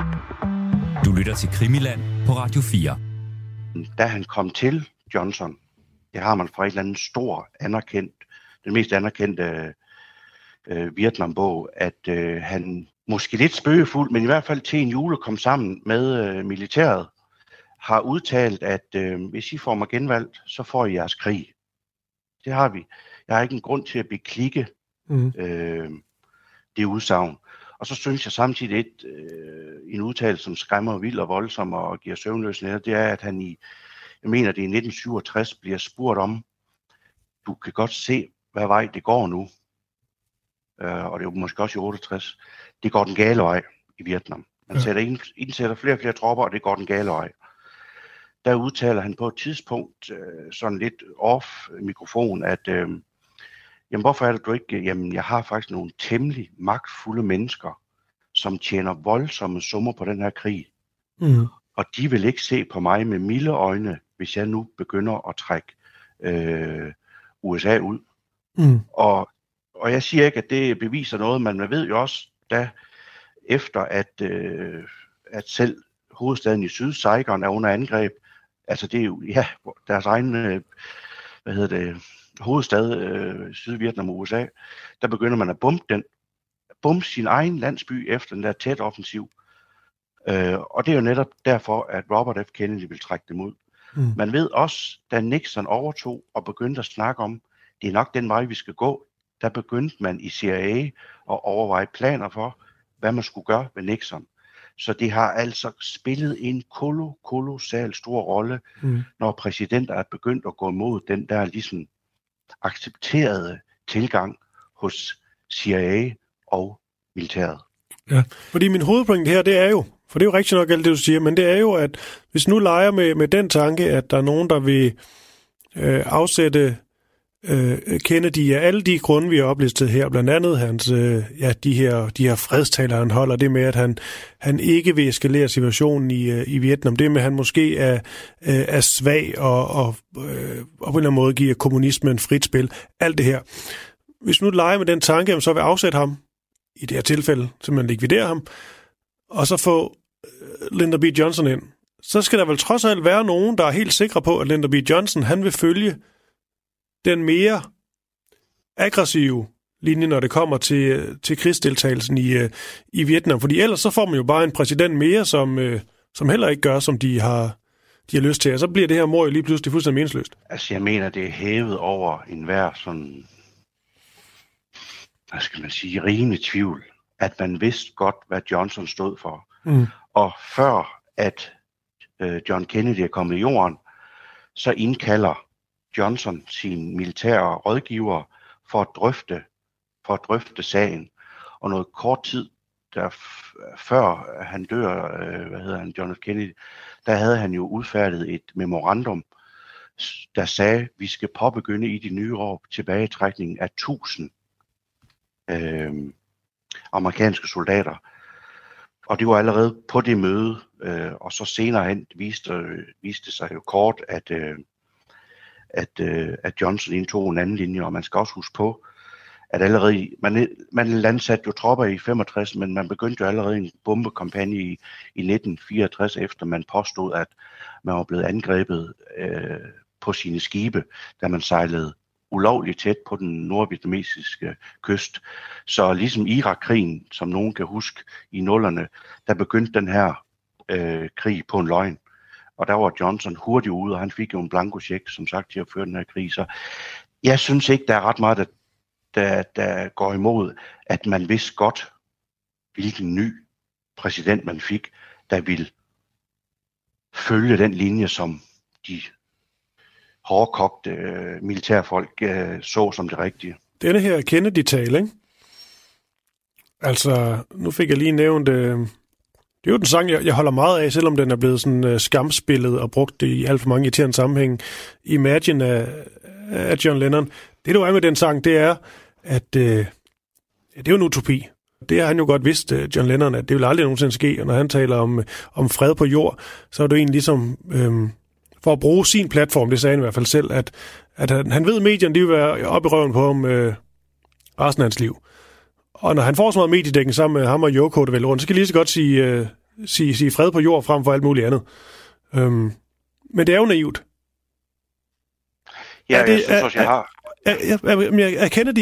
Du lytter til Krimiland på Radio 4. Da han kom til Johnson, det har man fra et eller andet stor den mest anerkendte Vietnambog, at han måske lidt spøgefuld, men i hvert fald til en jule kom sammen med militæret, har udtalt, at hvis I får mig genvalgt, så får I jeres krig. Det har vi. Jeg har ikke en grund til at beklikke det udsagn. Og så synes jeg samtidig en udtalelse, som skræmmer vildt og voldsom og giver søvnløs nætter, det er, at han jeg mener det er i 1967, bliver spurgt om, du kan godt se, hvad vej det går nu. Og det er måske også i 68. Det går den gale vej i Vietnam. Man indsætter flere og flere tropper, og det går den gale vej. Der udtaler han på et tidspunkt sådan lidt off-mikrofon, at jamen hvorfor er det du ikke? Jamen jeg har faktisk nogle temmelig magtfulde mennesker, som tjener voldsomme summer på den her krig. Og de vil ikke se på mig med milde øjne, hvis jeg nu begynder at trække USA ud. Og jeg siger ikke, at det beviser noget, men man ved jo også, da efter at selv hovedstaden i Syd, Saigon, er under angreb, altså det er jo deres egen hovedstad, Sydvietnam og USA, der begynder man at bombe sin egen landsby efter den der tæt offensiv. Og det er jo netop derfor, at Robert F. Kennedy vil trække dem ud. Man ved også, da Nixon overtog og begyndte at snakke om, det er nok den vej, vi skal gå, der begyndte man i CIA at overveje planer for, hvad man skulle gøre ved Nixon. Så det har altså spillet en kolossal stor rolle, når præsidenter er begyndt at gå imod den der ligesom accepterede tilgang hos CIA og militæret. Ja, fordi min hovedpoint her, det er jo, for det er jo rigtig nok alt det, du siger, men det er jo, at hvis nu leger med den tanke, at der er nogen, der vil afsætte Kennedy af alle de grunde, vi har oplistet her, blandt andet hans, de her fredstaler, han holder, det med, at han ikke vil eskalere situationen i Vietnam, det med, at han måske er svag og på en eller anden måde giver kommunismen frit spil, alt det her. Hvis nu leger med den tanke, så vil afsætte ham, i det her tilfælde, simpelthen likvidere ham, og så få Lyndon B. Johnson ind, så skal der vel trods alt være nogen, der er helt sikre på, at Lyndon B. Johnson, han vil følge den mere aggressive linje, når det kommer til krigsdeltagelsen i Vietnam. Fordi ellers så får man jo bare en præsident mere, som heller ikke gør, som de har lyst til. Og så bliver det her mord jo lige pludselig fuldstændig meningsløst. Altså jeg mener, det er hævet over enhver sådan, hvad skal man sige, rigende tvivl, at man vidste godt, hvad Johnson stod for. Og før at John Kennedy er kommet i jorden, så indkalder Johnson sine militære rådgivere for at drøfte sagen. Og noget kort tid før han dør, John F. Kennedy, der havde han jo udfærdiget et memorandum, der sagde, at vi skal påbegynde i de nye år tilbagetrækningen af 1000 amerikanske soldater. Og det var allerede på det møde, og så senere hen viste sig jo kort, at Johnson indtog en anden linje, og man skal også huske på, at allerede, man landsatte jo tropper i 65, men man begyndte jo allerede en bombekampagne i 1964, efter man påstod, at man var blevet angrebet på sine skibe, da man sejlede ulovligt tæt på den nordvietnamesiske kyst. Så ligesom Irak-krigen, som nogen kan huske i 00'erne, der begyndte den her krig på en løgn. Og der var Johnson hurtigt ude, og han fik jo en blankocheck, som sagt, til at føre den her krig. Så jeg synes ikke, der er ret meget, der går imod, at man vidste godt, hvilken ny præsident man fik, der ville følge den linje, som de hårdkogte militærfolk så som det rigtige. Denne her Kennedy-tale, ikke? Altså, nu fik jeg lige nævnt, det er jo den sang, jeg holder meget af, selvom den er blevet sådan skamspillet og brugt i alt for mange irriterende sammenhæng. Imagine af John Lennon. Det du er med den sang, det er, at det er jo en utopi. Det har han jo godt vidst, John Lennon, at det vil aldrig nogensinde ske. Og når han taler om fred på jord, så er det egentlig ligesom for at bruge sin platform, det sagde han i hvert fald selv, at han ved, at medierne de vil være oppe i røven på ham resten af hans liv. Og når han får så meget mediedækning sammen med ham og Yoko, det vel rundt, så skal lige så godt sige fred på jord frem for alt muligt andet. Men det er jo naivt. Ja, jeg synes også, jeg har. Er Kennedy,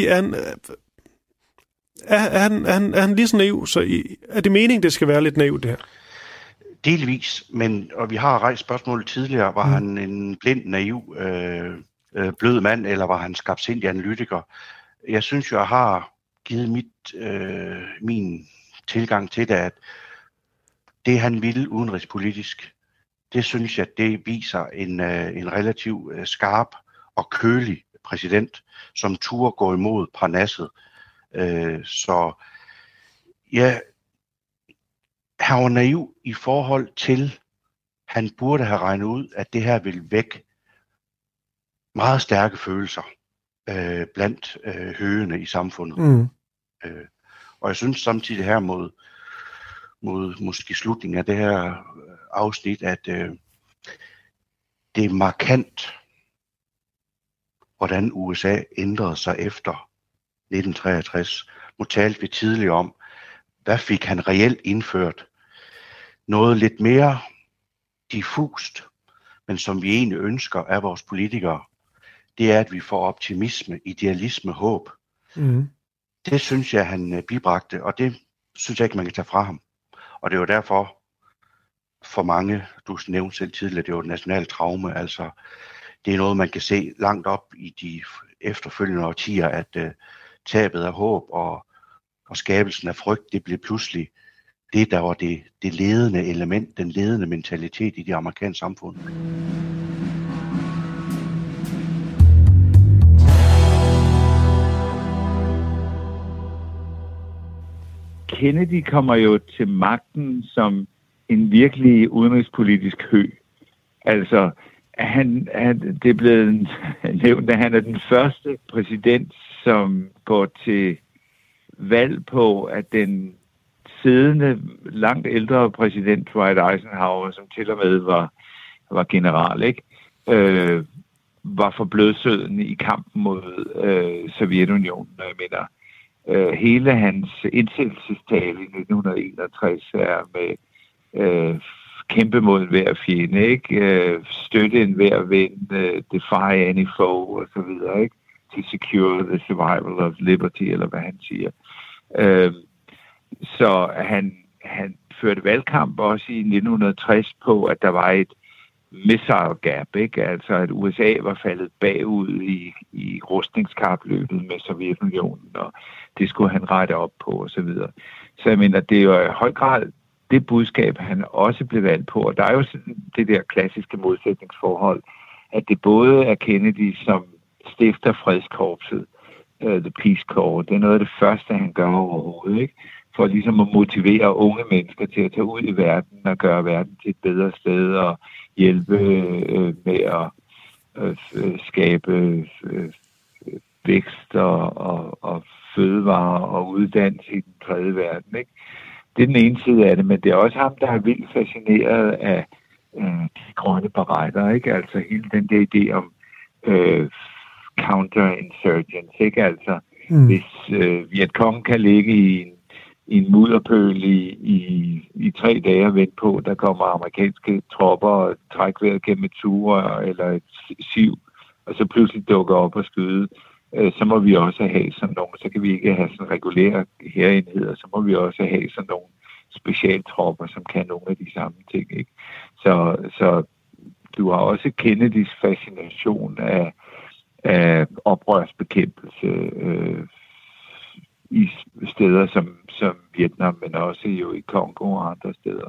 er han lige så naiv, så er det meningen, det skal være lidt naivt, det her? Delvis, og vi har rejst spørgsmålet tidligere, var han en blind, naiv, blød mand, eller var han skarpsindig analytiker? Jeg synes jo, jeg har givet min tilgang til det, at det han ville udenrigspolitisk, det synes jeg, det viser en relativ skarp og kølig præsident, som turde gå imod parnasset. Så ja, han var naiv i forhold til, han burde have regnet ud, at det her ville vække meget stærke følelser blandt høgene i samfundet. Og jeg synes samtidig her mod måske slutningen af det her afsnit, at det er markant, hvordan USA ændrede sig efter 1963. Nu talte vi tidligere om, hvad fik han reelt indført? Noget lidt mere diffust, men som vi egentlig ønsker af vores politikere, det er, at vi får optimisme, idealisme, håb. Det synes jeg, han bibragte, og det synes jeg ikke, man kan tage fra ham. Og det er jo derfor, for mange, du nævnte selv tidligere, det er jo et nationalt traume, altså det er noget, man kan se langt op i de efterfølgende årtier, at tabet af håb og skabelsen af frygt, det blev pludselig det, der var det ledende element, den ledende mentalitet i det amerikanske samfund. Kennedy kommer jo til magten som en virkelig udenrigspolitisk høg. Altså, det er blevet nævnt, at han er den første præsident, som går til valg på, at den siddende, langt ældre præsident Dwight Eisenhower, som til og med var general, ikke? Var for blødsøden i kampen mod Sovjetunionen. Og jeg mener, hele hans indsættelsestale i 1961 er med kæmpe mod enhver fjende, ikke? Støtte enhver ven, defy any foe og så videre, ikke? To secure the survival of liberty, eller hvad han siger. Så han førte valgkamp også i 1960 på, at der var et missile gap, ikke? Altså at USA var faldet bagud i rustningskapløbet med Sovjetunionen, og det skulle han rette op på og så videre. Så jeg mener, det er jo i høj grad det budskab, han også blev valgt på, og der er jo sådan det der klassiske modsætningsforhold at det både er Kennedy, som stifter fredskorpset, The Peace Corps. Det er noget af det første, han gør overhovedet, ikke? For ligesom at motivere unge mennesker til at tage ud i verden og gøre verden til et bedre sted og hjælpe med at skabe vækst og fødevarer og uddannelse i den tredje verden, ikke? Det er den ene side af det, men det er også ham, der er vildt fascineret af de grønne beretter, ikke? Altså hele den der idé om counterinsurgence, ikke? Altså, hvis Vietcong kan ligge i en mudderpøl i 3 dage og vente på, der kommer amerikanske tropper og trækker vejret gennem et sugerør eller et siv, og så pludselig dukker op og skyde, så må vi også have sådan nogle, så kan vi ikke have sådan regulære hærenheder, så må vi også have sådan nogle specialtropper, som kan nogle af de samme ting, ikke? Så du har også Kennedys fascination af oprørsbekæmpelse i steder som Vietnam, men også jo i Kongo og andre steder.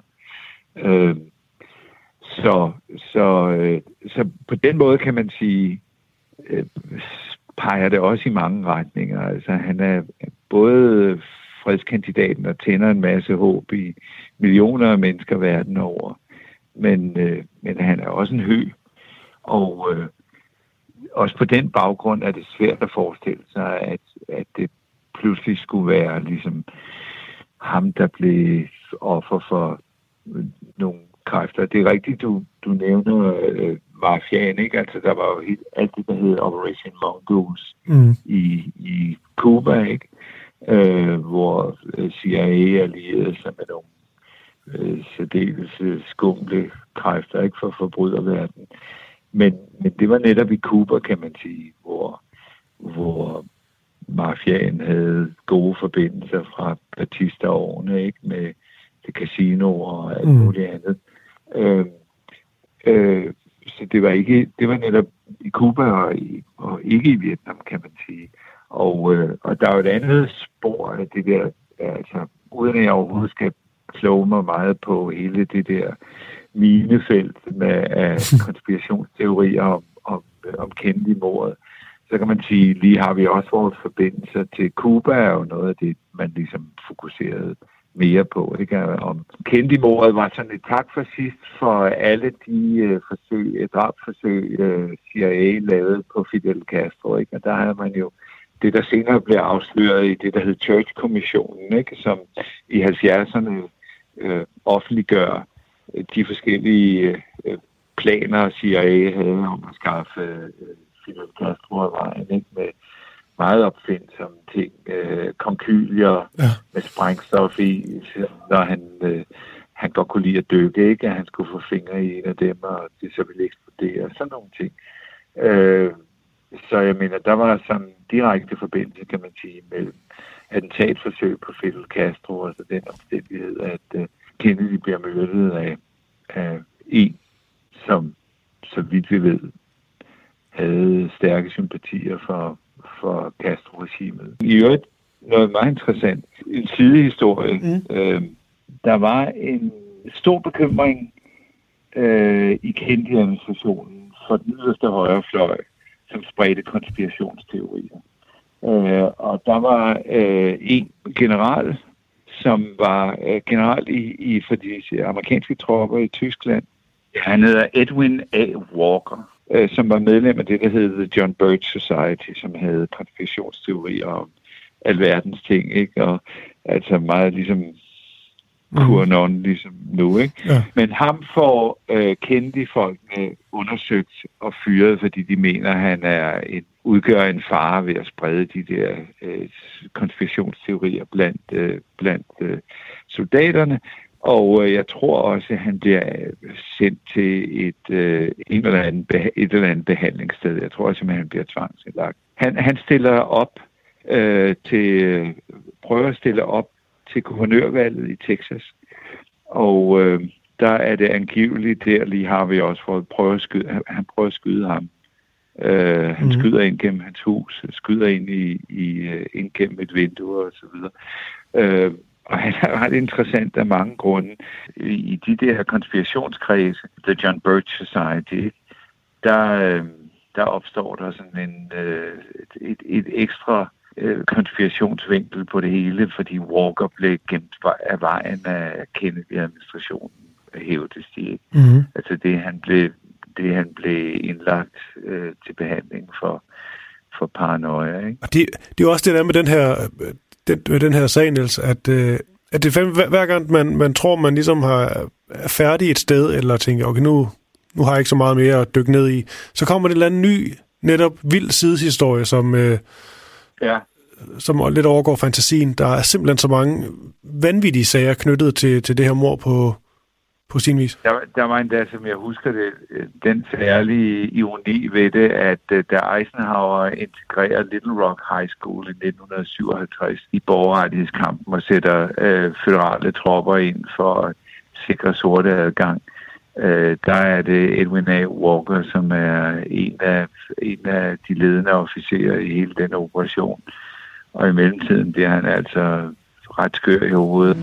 Så på den måde kan man sige, peger det også i mange retninger. Altså han er både fredskandidaten og tænder en masse håb i millioner af mennesker verden over, men han er også en høg, og også på den baggrund er det svært at forestille sig, at det pludselig skulle være ligesom ham, der blev offer for nogle kræfter. Det er rigtigt, du nævner mafiaen, ikke? Altså, der var jo alt det, der hed Operation Mongoose i Cuba, ikke? Hvor CIA allierede sig med nogle særdeles skumle kræfter, ikke, for forbryderverden. Men det var netop i Cuba, kan man sige, hvor mafiaen havde gode forbindelser fra Batista-årene, ikke, med det casinoer og alt muligt andet. Så det var netop i Cuba og ikke i Vietnam, kan man sige. Og der er jo et andet spor af det der, altså uden at jeg overhovedet skal kloge mig meget på hele det der minefelt af konspirationsteorier om Kennedy-mordet, så kan man sige, lige har vi også vores forbindelser til Cuba, er jo noget af det, man ligesom fokuserede mere på. Det kan om Kennedy-mordet var sådan et tak for sidst for alle de drabsforsøg, CIA lavede på Fidel Castro, ikke? Og der havde man jo det, der senere blev afsløret i det, der hed Church-kommissionen, ikke? Som i 70'erne offentliggør de forskellige planer, CIA havde om at skaffe Fidel Castro af vejen, ikke? Med meget opfindsomme ting, konkylier med sprængstof i, når han godt kunne lide at dykke, ikke? At han skulle få fingre i en af dem, og det så ville eksplodere, sådan nogle ting. Så jeg mener, der var sådan direkte forbindelse, kan man sige, mellem attentatforsøg på Fidel Castro, og så den omstændighed, at Kennedy bliver myrdet af en, som, så vidt vi ved, havde stærke sympatier for Castro-regimet. I øvrigt noget meget interessant, en sidehistorie. Der var en stor bekymring i Kennedy-administrationen for den yderste højrefløj, som spredte konspirationsteorier. Og der var en general, som var general for de amerikanske tropper i Tyskland. Han hedder Edwin A. Walker, som var medlem af det, der hed The John Birch Society, som havde konspirationsteorier om alverdens ting, ikke? Og altså meget ligesom QAnon, ligesom nu, ikke? Ja. Men ham får Kennedy-folkene undersøgt og fyret, fordi de mener, at han udgør en fare ved at sprede de der konspirationsteorier blandt soldaterne. Og jeg tror også, at han bliver sendt til et eller andet behandlingssted. Jeg tror også, at han bliver tvangsindlagt. Han stiller op prøver at stille op til guvernørvalget i Texas. Og der er det angiveligt, der lige har vi også fået han prøver at skyde ham. Han skyder ind gennem hans hus, skyder ind ind gennem et vindue og så videre. Og han er ret interessant af mange grunde. I de der konspirationskredse, The John Birch Society, der opstår der sådan et ekstra konspirationsvinkel på det hele, fordi Walker blev gemt af vejen af Kennedy-administrationen, hævdes de ikke. Mm-hmm. Altså det han blev indlagt til behandling for paranoia, ikke? Og det er jo også det der med den her sag, Niels, at det hver gang man tror, man ligesom er færdig et sted, eller tænker, okay, nu har jeg ikke så meget mere at dykke ned i, så kommer det en eller anden ny, netop vild sideshistorie, som lidt overgår fantasien. Der er simpelthen så mange vanvittige sager knyttet til det her mord på sin vis. Der var endda, som jeg husker det, den særlige ironi ved det, at da Eisenhower integrerede Little Rock High School i 1957 i borgerrettighedskampen og sætter føderale tropper ind for at sikre sorte adgang, der er det Edwin A. Walker, som er en af de ledende officerer i hele den operation. Og i mellemtiden bliver han altså ret skør i hovedet.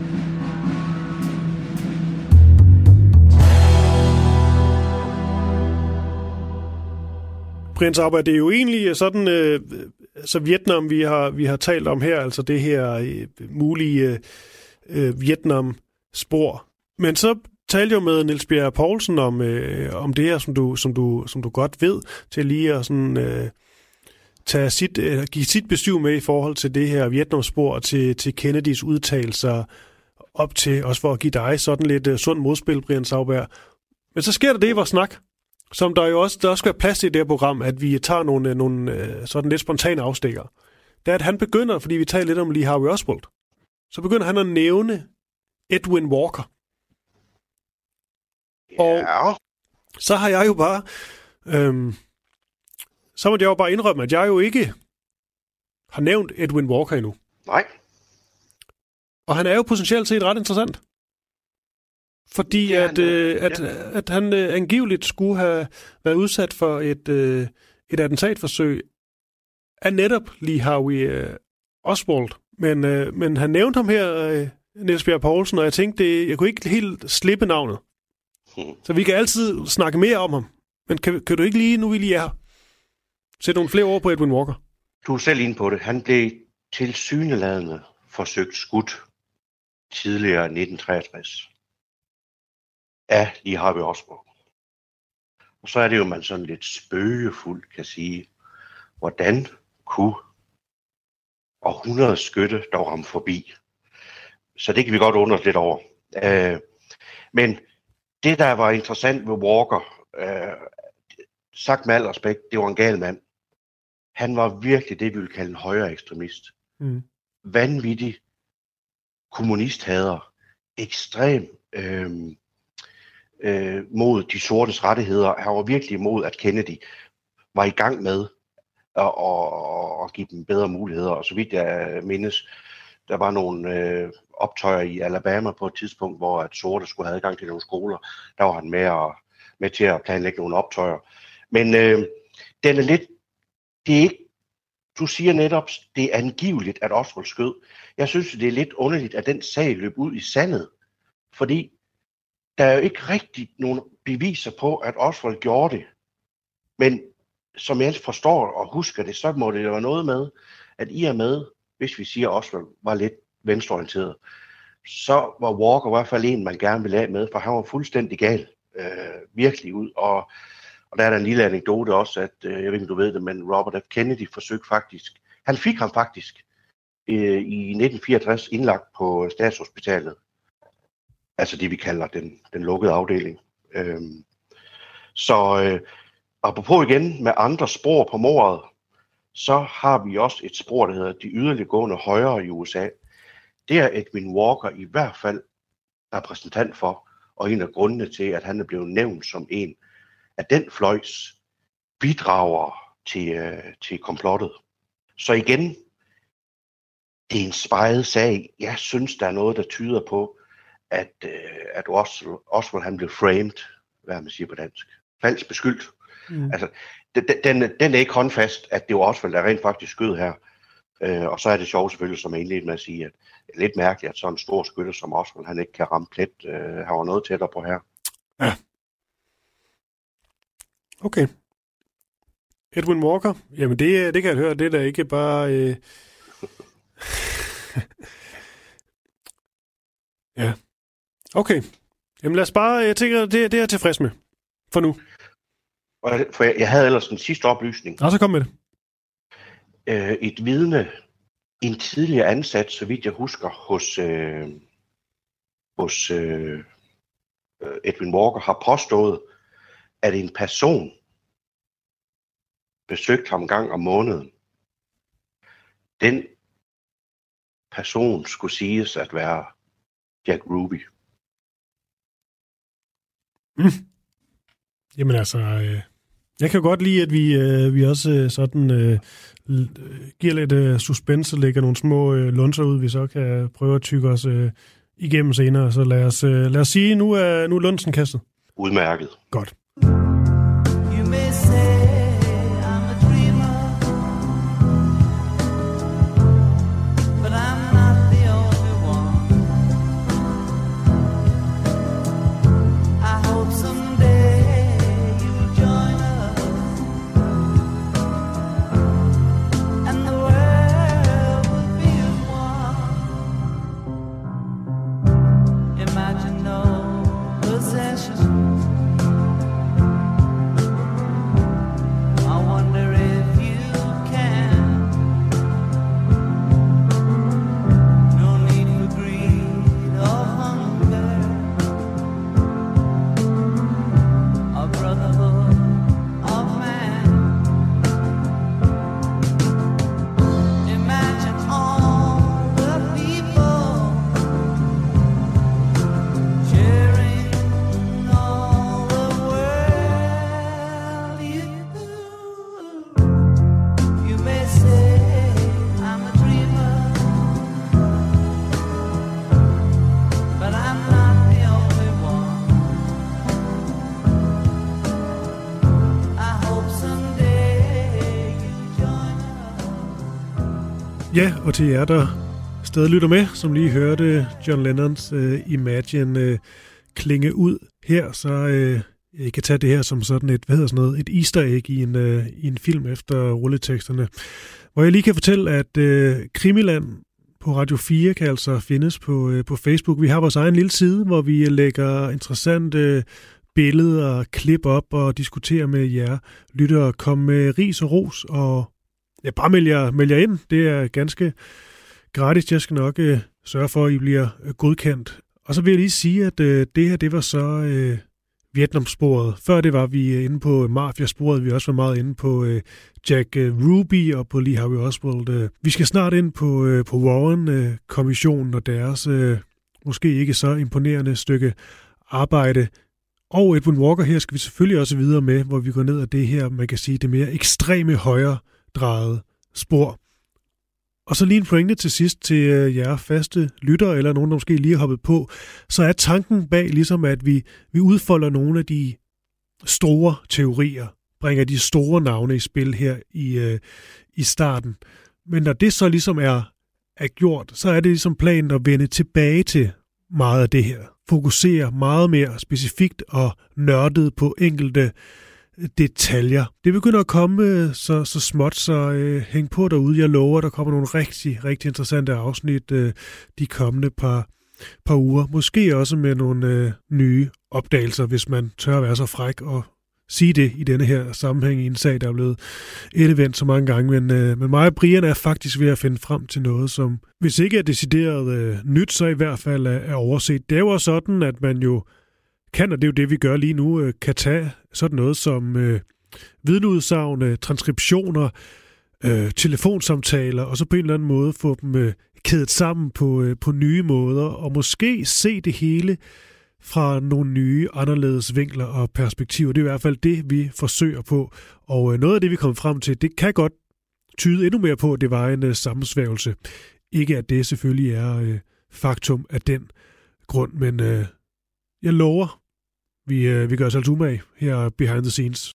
Brian Sauber, det er jo egentlig sådan, så Vietnam, vi har talt om her, altså det her mulige Vietnam-spor. Men så talte jeg med Niels Bjerre Poulsen om det her, som du godt ved, til lige at sådan, give sit besyv med i forhold til det her Vietnam-spor, til Kennedys udtalelser op til, også for at give dig sådan lidt sund modspil, Brian Sauber. Men så sker der det i vores snak, som der jo også skal være plads til i det her program, at vi tager nogle sådan lidt spontane afstikker. Det er, at han begynder, fordi vi taler lidt om Lee Harvey Oswald, så begynder han at nævne Edwin Walker. Og så har jeg jo bare så må jeg jo bare indrømme, at jeg jo ikke har nævnt Edwin Walker endnu. Nej. Og han er jo potentielt set ret interessant. Fordi at han angiveligt skulle have været udsat for et attentatforsøg af netop Lee Harvey Oswald. Men han nævnte ham her, Niels Bjerre Poulsen, og jeg tænkte, jeg kunne ikke helt slippe navnet. Så vi kan altid snakke mere om ham. Men kan du ikke lige, nu vi lige er her, sætte nogle flere ord på Edwin Walker? Du er selv inde på det. Han blev tilsyneladende forsøgt skudt tidligere 1963 af Lee Harvey Oswald. Og så er det jo, man sådan lidt spøgefuldt kan sige, hvordan kunne århundredets skytte dog ramme forbi. Så det kan vi godt undre os lidt over. Men det, der var interessant ved Walker, sagt med al respekt, det var en gal mand. Han var virkelig det, vi vil kalde en højre ekstremist. Mm. Vanvittig kommunisthader. Ekstrem mod de sortes rettigheder. Han var virkelig imod, at Kennedy var i gang med at give dem bedre muligheder. Og så vidt jeg mindes, der var nogle optøjer i Alabama på et tidspunkt, hvor at sorte skulle have adgang til nogle skoler. Der var han med til at planlægge nogle optøjer. Men den er lidt, det er ikke, du siger netop, det er angiveligt, at Oswald skød. Jeg synes, det er lidt underligt, at den sag løb ud i sandet. Fordi der er jo ikke rigtig nogen beviser på, at Oswald gjorde det. Men som jeg forstår og husker det, så må det jo være noget med, at i og med, hvis vi siger, at Oswald var lidt venstreorienteret, så var Walker i hvert fald en, man gerne ville af med, for han var fuldstændig gal. Virkelig ud. Og der er der en lille anekdote også, at jeg ved ikke, om du ved det, men Robert F. Kennedy forsøgte faktisk, han fik ham faktisk i 1964 indlagt på Statshospitalet. Altså det, vi kalder den lukkede afdeling. Apropos igen med andre spor på mordet, så har vi også et spor, der hedder de yderliggående højre i USA. Det er Edwin Walker i hvert fald repræsentant for, og en af grundene til, at han er blevet nævnt som en af den fløjs bidrager til komplottet. Så igen, det er en speget sag. Jeg synes, der er noget, der tyder på, at Oswald han blev framed, hvad man siger på dansk. Falsk beskyldt. Mm. Altså, den er ikke håndfast, at det var Oswald, der rent faktisk skød her. Og så er det sjovt selvfølgelig, som jeg indledte med at sige, at det er lidt mærkeligt, at sådan en stor skytte som Oswald, han ikke kan ramme plet. Han var noget tættere på her. Ja. Okay. Edwin Walker? Jamen, det kan jeg høre. Det er da ikke bare... Ja. Okay. Jamen, lad os bare... Jeg tænker, det er jeg tilfreds med. For nu. For jeg havde ellers den sidste oplysning. Og så kom med det. Et vidne, en tidligere ansat, så vidt jeg husker, hos Edwin Walker, har påstået, at en person besøgte ham en gang om måneden. Den person skulle siges at være Jack Ruby. Jamen altså, jeg kan godt lide, at vi også sådan giver lidt suspense og lægger nogle små lunser ud, vi så kan prøve at tykke os igennem senere. Så lad os sige, nu er lunsen kastet. Udmærket. Godt. You may say I'm a dreamer, but I'm not the only one. I hope someday you'll join us, and the world will be as one. Imagine no possessions. I wonder if you can. No need for greed or hunger, or brotherhood of man. Imagine all the people sharing all the world. You may say I'm a dreamer, but I'm not the only one. I hope someday you'll join us. Ja, og til jer, der stadig lytter med, som lige hørte John Lennons Imagine klinge ud her, så jeg kan tage det her som sådan et, et easter egg i en film efter rulleteksterne, hvor jeg lige kan fortælle, at Krimiland på Radio 4 kan altså findes på Facebook. Vi har vores egen lille side, hvor vi lægger interessante billeder og klip op og diskuterer med jer lyttere. Kom med ris og ros, og ja, bare meld jer ind. Det er ganske gratis. Jeg skal nok sørge for, at I bliver godkendt. Og så vil jeg lige sige, at det her, det var så Vietnamsporet. Før det var vi inde på Mafia-sporet. Vi også var meget inde på Jack Ruby og på Lee Harvey Oswald. Vi skal snart ind på Warren-kommissionen og deres måske ikke så imponerende stykke arbejde. Og Edwin Walker her skal vi selvfølgelig også videre med, hvor vi går ned ad det her, man kan sige, det mere ekstreme højredrejede spor. Og så lige en pointe til sidst til jer faste lyttere, eller nogen, der måske lige har hoppet på, så er tanken bag ligesom, at vi udfolder nogle af de store teorier, bringer de store navne i spil her i starten. Men når det så ligesom er gjort, så er det ligesom planen at vende tilbage til meget af det her. Fokusere meget mere specifikt og nørdet på enkelte detaljer. Det begynder at komme så småt, så hæng på derude. Jeg lover, der kommer nogle rigtig, rigtig interessante afsnit de kommende par uger. Måske også med nogle nye opdagelser, hvis man tør at være så fræk og sige det i denne her sammenhæng i en sag, der er blevet etvendt så mange gange. Men mig og Brian er faktisk ved at finde frem til noget, som hvis ikke er decideret nyt, så i hvert fald er overset. Det er jo også sådan, at man jo kan, og det er jo det, vi gør lige nu, kan tage sådan noget som vidneudsagn, transkriptioner, telefonsamtaler, og så på en eller anden måde få dem kædet sammen på nye måder, og måske se det hele fra nogle nye, anderledes vinkler og perspektiver. Det er i hvert fald det, vi forsøger på. Og noget af det, vi kommer frem til, det kan godt tyde endnu mere på, at det var en sammensværgelse. Ikke at det selvfølgelig er faktum af den grund, men jeg lover, vi gør os alt umage her behind the scenes.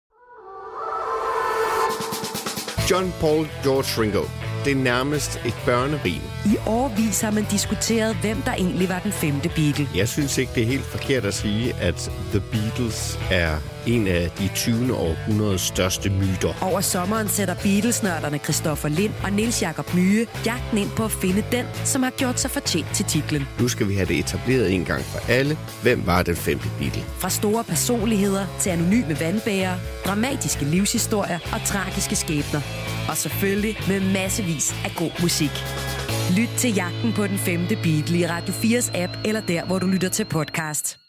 John Paul George Ringo. Det er nærmest et børnerim. I årevis har man diskuteret, hvem der egentlig var den femte Beatle. Jeg synes ikke, det er helt forkert at sige, at The Beatles er en af de 20. århundredes største myter. Over sommeren sætter Beatles-nørderne Christoffer Lind og Niels Jakob Myhe jagten ind på at finde den, som har gjort sig fortjent til titlen. Nu skal vi have det etableret en gang for alle. Hvem var den 5. Beatle? Fra store personligheder til anonyme vandbærere, dramatiske livshistorier og tragiske skæbner. Og selvfølgelig med massevis af god musik. Lyt til Jagten på den 5. Beatle i Radio 4's app eller der, hvor du lytter til podcast.